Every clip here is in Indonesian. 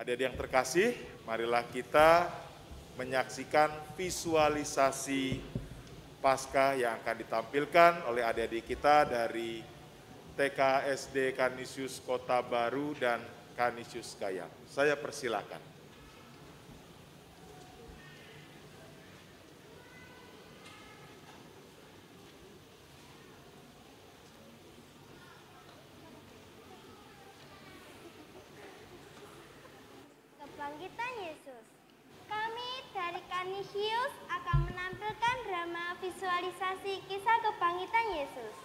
Adik-adik yang terkasih, marilah kita menyaksikan visualisasi Paskah yang akan ditampilkan oleh adik-adik kita dari TK SD Kanisius Kota Baru dan Kanisius Gayam. Saya persilakan. Kebangkitan Yesus. Kami dari Kanisius akan menampilkan drama visualisasi kisah kebangkitan Yesus.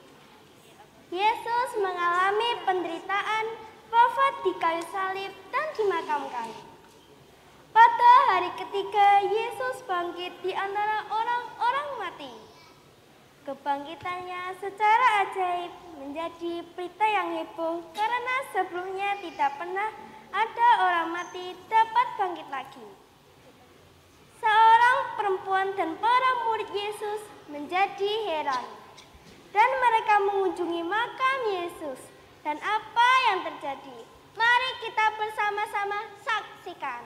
Yesus mengalami penderitaan, wafat di kayu salib, dan dimakamkan. Pada hari ketiga, Yesus bangkit di antara orang-orang mati. Kebangkitannya secara ajaib menjadi berita yang heboh karena sebelumnya tidak pernah ada orang mati dapat bangkit lagi. Seorang perempuan dan para murid Yesus menjadi heran. Dan mereka mengunjungi makam Yesus. Dan apa yang terjadi? Mari kita bersama-sama saksikan.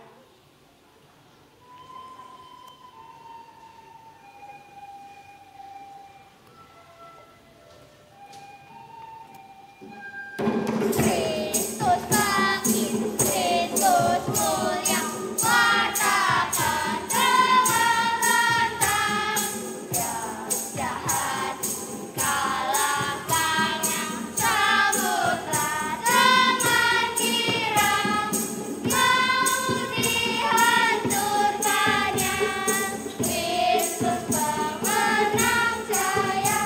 Kristus bangkit, Kristus mulia, wartakan dengan lantang. Jahat kalahkannya, sambutlah dengan girang. Maut dihancurkannya, Kristus pemenang jaya.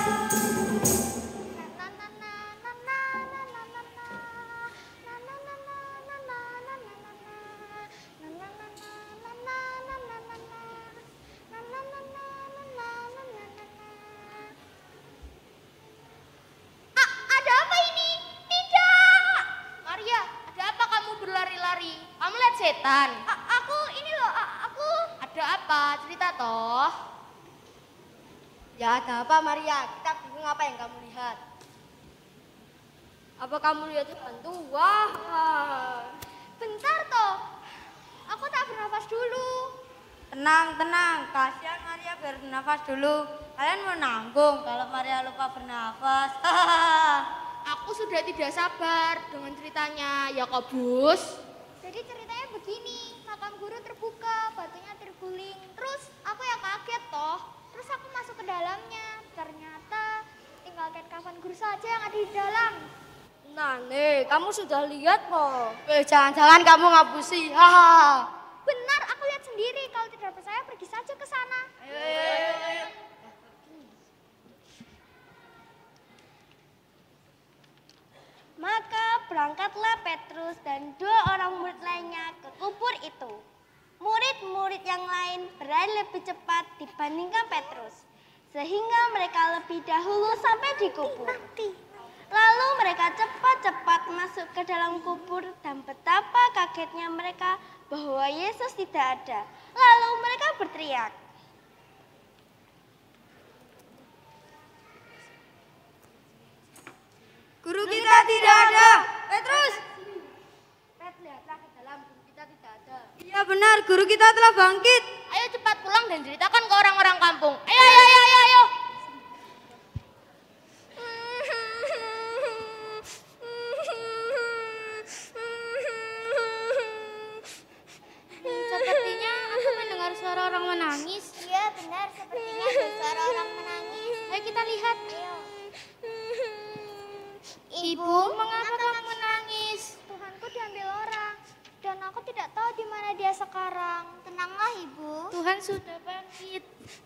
Ada apa ini? Tidak. Maria, ada apa kamu berlari-lari? Kamu lihat setan? Aku ini loh, aku. Ada apa? Cerita toh. Ya ada apa Maria? Kita bingung apa yang kamu lihat. Apa kamu lihat hantu? Wah. Bentar toh. Aku tak bernafas dulu. Tenang, tenang. Kasihan Maria bernafas dulu. Kalian mau nanggung kalau Maria lupa bernafas. Aku sudah tidak sabar dengan ceritanya, Yakobus. Jadi ceritanya begini, makam guru terbuka, batunya terguling. Terus aku yang kaget toh. Terus aku masuk ke dalamnya. Ternyata tinggal kain kafan guru saja yang ada di dalam. Nah nih, kamu sudah lihat kok. Jangan-jangan kamu ngapusi. Hahaha. Benar, aku lihat sendiri. Kalau tidak percaya pergi saja ke sana. Ayo. Maka berangkatlah Petrus dan dua orang murid lainnya ke kubur itu. Murid-murid yang lain berlari lebih cepat dibandingkan Petrus, sehingga mereka lebih dahulu sampai di kubur. Lalu mereka cepat-cepat masuk ke dalam kubur dan betapa kagetnya mereka bahwa Yesus tidak ada. Lalu mereka berteriak, Guru kita tidak ada. Petrus. Pet, lihatlah ke dalam, guru kita tidak ada. Iya benar, guru kita telah bangkit. Ayo cepat pulang dan ceritakan ke orang-orang kampung. Ayo. Sepertinya aku mendengar suara orang menangis. Iya benar, sepertinya ada suara orang menangis. Ayo kita lihat. Ayo. Ibu, mengapa kamu menangis? Tuhanku diambil orang dan aku tidak tahu di mana dia sekarang. Tenanglah ibu. Tuhan sudah bangkit.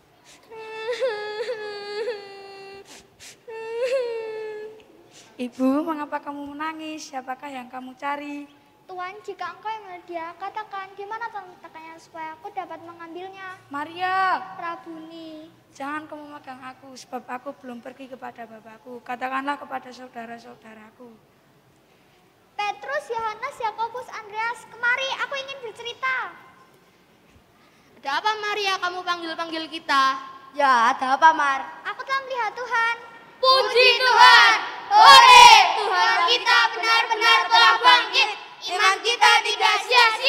Ibu, mengapa kamu menangis? Siapakah yang kamu cari? Tuhan, jika engkau yang melihat dia, katakan di mana letaknya supaya aku dapat mengambilnya. Maria, Rabuni. jangan kamu memegang aku, sebab aku belum pergi kepada Bapakku. Katakanlah kepada saudara-saudaraku. Petrus, Yohanes, Yakobus, Andreas, kemari, aku ingin bercerita. Ada apa Maria kamu panggil-panggil kita? Ya, ada apa Mar? Aku telah melihat Tuhan. Puji Tuhan. Hore, Tuhan kita benar-benar telah bangkit. Iman kita tidak sia-sia.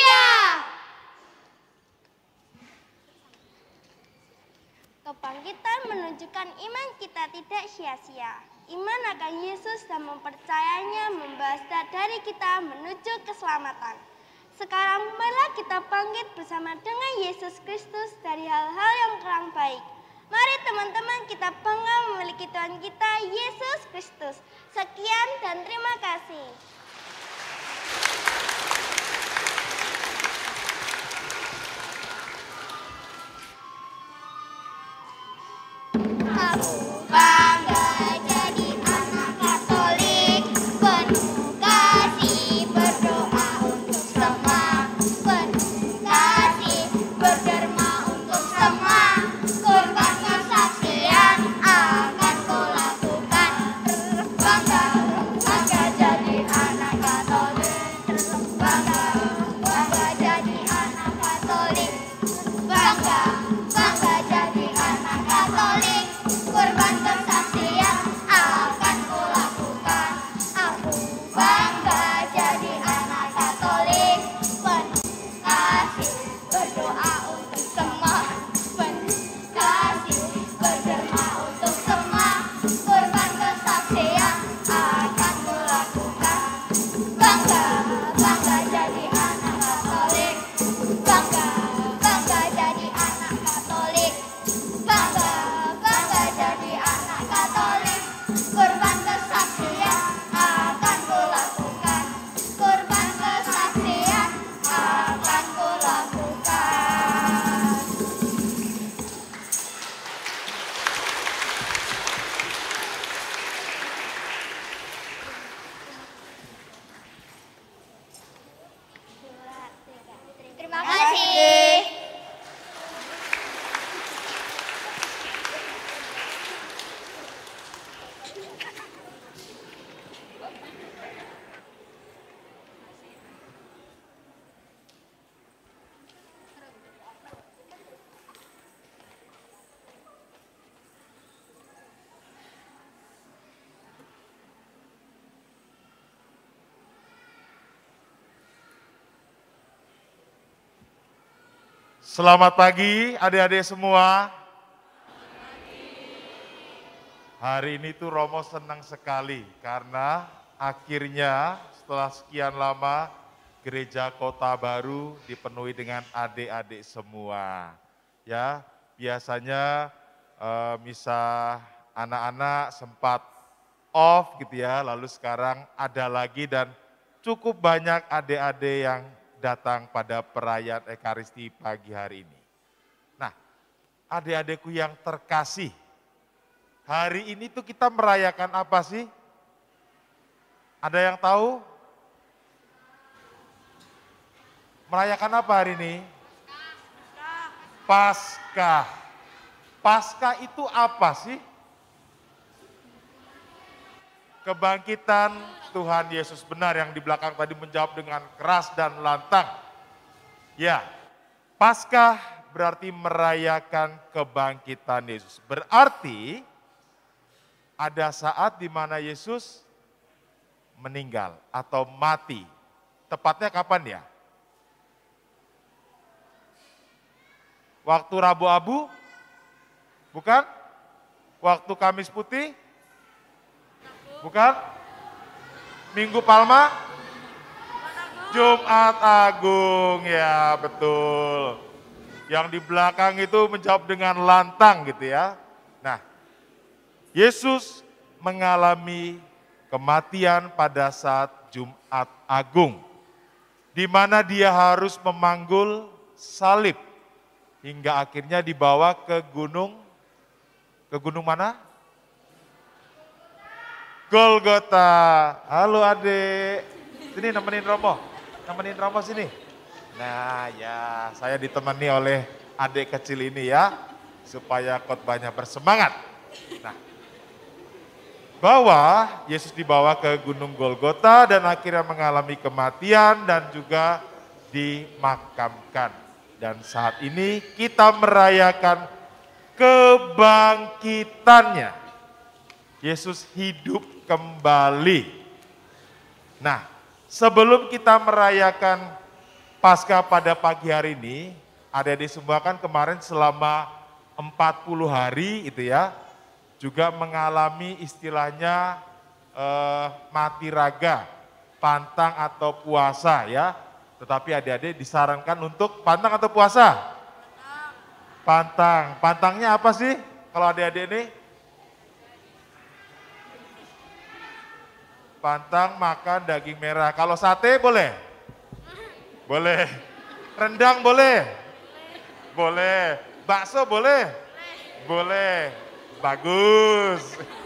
menunjukkan iman kita tidak sia-sia. Iman akan Yesus dan mempercayainya membawa dari kita menuju keselamatan. Sekarang marilah kita bangkit bersama dengan Yesus Kristus dari hal-hal yang kurang baik. Mari teman-teman kita bangga memiliki Tuhan kita Yesus Kristus. Sekian dan terima kasih. Aku bangga jadi anak Katolik, penuh kasih berdoa untuk semua, penuh kasih berderma untuk semua, korban kesaksian akan kulakukan. Bangga, bangga jadi anak Katolik, bangga, bangga jadi anak Katolik, bangga, bangga jadi anak Katolik. Korban kesaksian akan kulakukan. Aku bangga jadi anak Katolik, penuh kasih berdoa untuk semua, penuh kasih berderma untuk semua, korban kesaksian akan kulakukan. Bangga, bangga jadi anak Katolik, bangga, bangga jadi anak Katolik, bangga, bangga jadi anak Katolik, korban kesaksian akan kulakukan, korban kesaksian akan kulakukan. Terima kasih. Selamat pagi adik-adik semua. Hari ini tuh Romo senang sekali karena akhirnya setelah sekian lama gereja Kota Baru dipenuhi dengan adik-adik semua. Ya, biasanya misa anak-anak sempat off gitu ya, lalu sekarang ada lagi dan cukup banyak adik-adik yang datang pada perayaan Ekaristi pagi hari ini. Nah, adik-adikku yang terkasih, hari ini tuh kita merayakan apa sih? Ada yang tahu? Merayakan apa hari ini? Paskah. Paskah itu apa sih? Kebangkitan Tuhan Yesus benar yang di belakang tadi menjawab dengan keras dan lantang. Ya, Paskah berarti merayakan kebangkitan Yesus. Berarti ada saat di mana Yesus meninggal atau mati. Tepatnya kapan ya? Waktu Rabu Abu? Bukan? Waktu Kamis Putih? Bukan? Minggu Palma? Jumat Agung, ya betul. Yang di belakang itu menjawab dengan lantang gitu ya. Nah, Yesus mengalami kematian pada saat Jumat Agung. Di mana dia harus memanggul salib. Hingga akhirnya dibawa ke gunung mana? Golgota. Halo adik, sini nemenin Romo sini. Nah ya, saya ditemani oleh adik kecil ini ya, supaya khotbahnya bersemangat. Nah, bahwa Yesus dibawa ke Gunung Golgota dan akhirnya mengalami kematian dan juga dimakamkan. Dan saat ini kita merayakan kebangkitannya. Yesus hidup kembali. Nah, sebelum kita merayakan Paskah pada pagi hari ini, adik-adik semua kan kemarin selama 40 hari itu ya, juga mengalami istilahnya mati raga, pantang atau puasa ya. Tetapi adik-adik disarankan untuk pantang atau puasa? Pantang. Pantangnya apa sih kalau adik-adik ini? Pantang makan daging merah. Kalau sate boleh? Boleh. Rendang boleh? Boleh. Bakso boleh? Boleh. Bagus.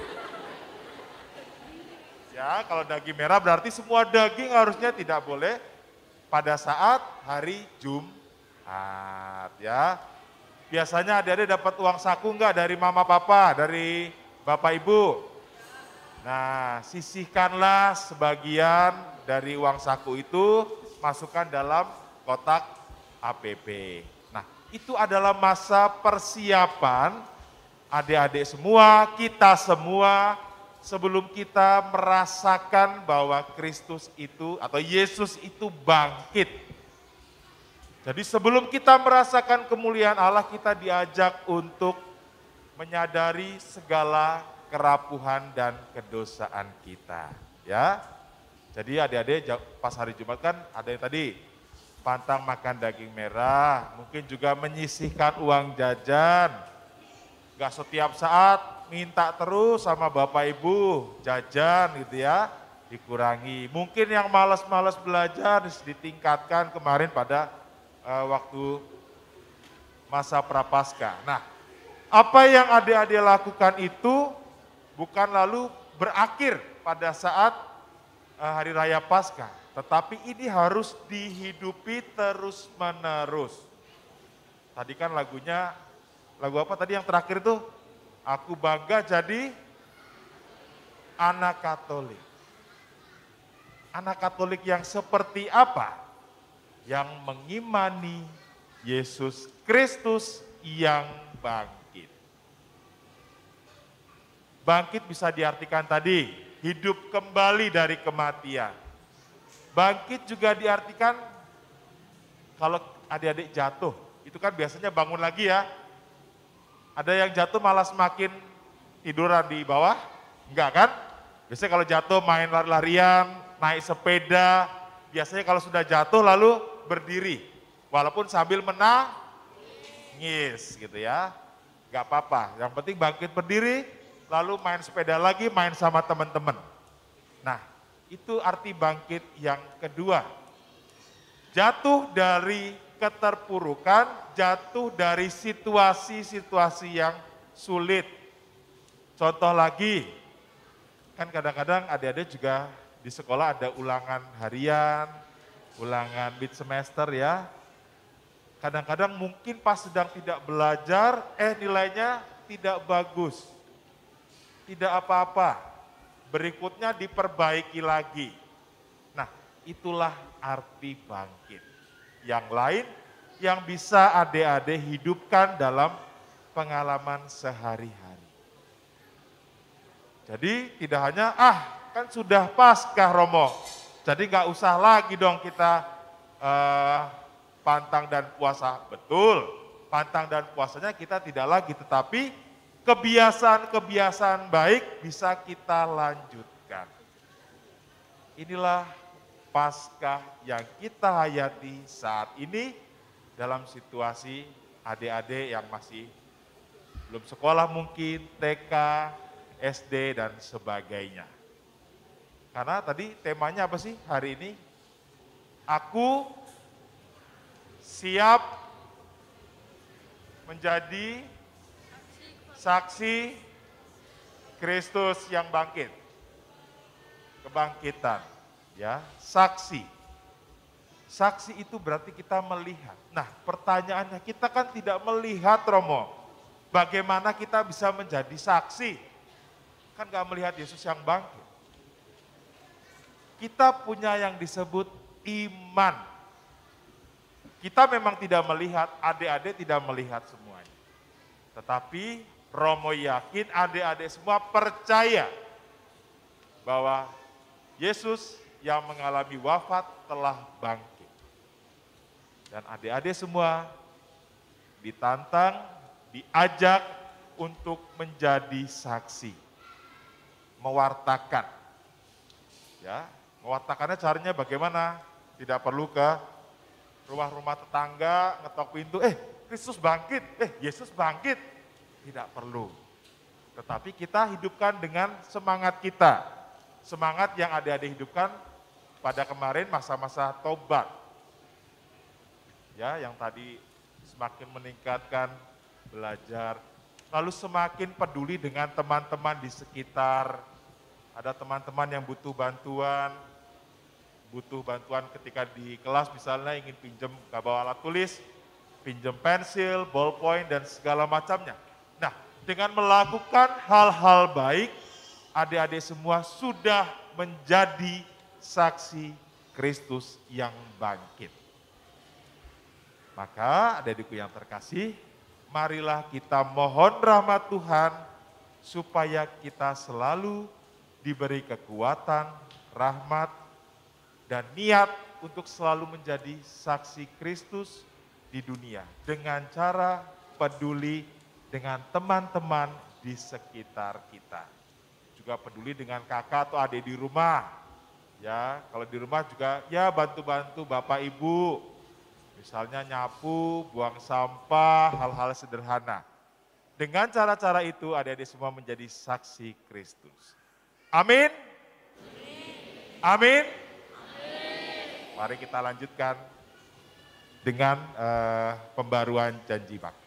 Ya, kalau daging merah berarti semua daging harusnya tidak boleh pada saat hari Jumat ya. Biasanya adik-adik dapat uang saku enggak dari mama papa, dari bapak ibu? Nah, sisihkanlah sebagian dari uang saku itu, masukkan dalam kotak APP. Nah, itu adalah masa persiapan adik-adik semua, kita semua, sebelum kita merasakan bahwa Kristus itu atau Yesus itu bangkit. Jadi sebelum kita merasakan kemuliaan Allah, kita diajak untuk menyadari segala kerapuhan dan kedosaan kita, ya. Jadi adik-adik pas hari Jumat kan ada yang tadi pantang makan daging merah, mungkin juga menyisihkan uang jajan, gak setiap saat minta terus sama bapak ibu jajan gitu ya, dikurangi. Mungkin yang malas-malas belajar ditingkatkan kemarin pada waktu masa prapaskah. Nah, apa yang adik-adik lakukan itu bukan lalu berakhir pada saat hari raya Paskah, tetapi ini harus dihidupi terus-menerus. Tadi kan lagunya, lagu apa tadi yang terakhir tuh? Aku bangga jadi anak Katolik. Anak Katolik yang seperti apa? Yang mengimani Yesus Kristus yang bangkit. Bangkit bisa diartikan tadi, hidup kembali dari kematian. Bangkit juga diartikan kalau adik-adik jatuh, itu kan biasanya bangun lagi ya. Ada yang jatuh malah semakin tiduran di bawah, enggak kan? Biasanya kalau jatuh main lari-larian, naik sepeda, biasanya kalau sudah jatuh lalu berdiri. Walaupun sambil menangis gitu ya, enggak apa-apa. Yang penting bangkit berdiri, lalu main sepeda lagi, main sama teman-teman. Nah, itu arti bangkit yang kedua. Jatuh dari keterpurukan, jatuh dari situasi-situasi yang sulit. Contoh lagi, kan kadang-kadang adik-adik juga di sekolah ada ulangan harian, ulangan mid semester ya. Kadang-kadang mungkin pas sedang tidak belajar, nilainya tidak bagus. Tidak apa-apa, berikutnya diperbaiki lagi. Nah, itulah arti bangkit. Yang lain yang bisa adik-adik hidupkan dalam pengalaman sehari-hari. Jadi tidak hanya, kan sudah Paskah Romo, jadi gak usah lagi dong kita pantang dan puasa. Betul, pantang dan puasanya kita tidak lagi, tetapi kebiasaan-kebiasaan baik bisa kita lanjutkan. Inilah Paskah yang kita hayati saat ini dalam situasi adik-adik yang masih belum sekolah mungkin, TK, SD dan sebagainya. Karena tadi temanya apa sih hari ini? Aku siap menjadi saksi Kristus yang bangkit. Kebangkitan, ya, saksi. Saksi itu berarti kita melihat. Nah, pertanyaannya kita kan tidak melihat Romo. Bagaimana kita bisa menjadi saksi? Kan gak melihat Yesus yang bangkit. Kita punya yang disebut iman. Kita memang tidak melihat, adik-adik tidak melihat semuanya. Tetapi Romo yakin adik-adik semua percaya bahwa Yesus yang mengalami wafat telah bangkit. Dan adik-adik semua ditantang, diajak untuk menjadi saksi, mewartakan. Ya, mewartakannya caranya bagaimana? Tidak perlu ke rumah-rumah tetangga, ngetok pintu, Kristus bangkit, Yesus bangkit. Tidak perlu. Tetapi kita hidupkan dengan semangat kita. Semangat yang adik-adik hidupkan pada kemarin masa-masa tobat. Ya, yang tadi semakin meningkatkan belajar, lalu semakin peduli dengan teman-teman di sekitar. Ada teman-teman yang butuh bantuan ketika di kelas misalnya ingin pinjam gak bawa alat tulis, pinjam pensil, ballpoint dan segala macamnya. Nah, dengan melakukan hal-hal baik, adik-adik semua sudah menjadi saksi Kristus yang bangkit. Maka adik-adikku yang terkasih, marilah kita mohon rahmat Tuhan supaya kita selalu diberi kekuatan, rahmat, dan niat untuk selalu menjadi saksi Kristus di dunia dengan cara peduli dengan teman-teman di sekitar kita. Juga peduli dengan kakak atau adik di rumah. Ya, kalau di rumah juga ya bantu-bantu Bapak Ibu. Misalnya nyapu, buang sampah, hal-hal sederhana. Dengan cara-cara itu adik-adik semua menjadi saksi Kristus. Amin. Amin. Mari kita lanjutkan dengan pembaruan janji bakti.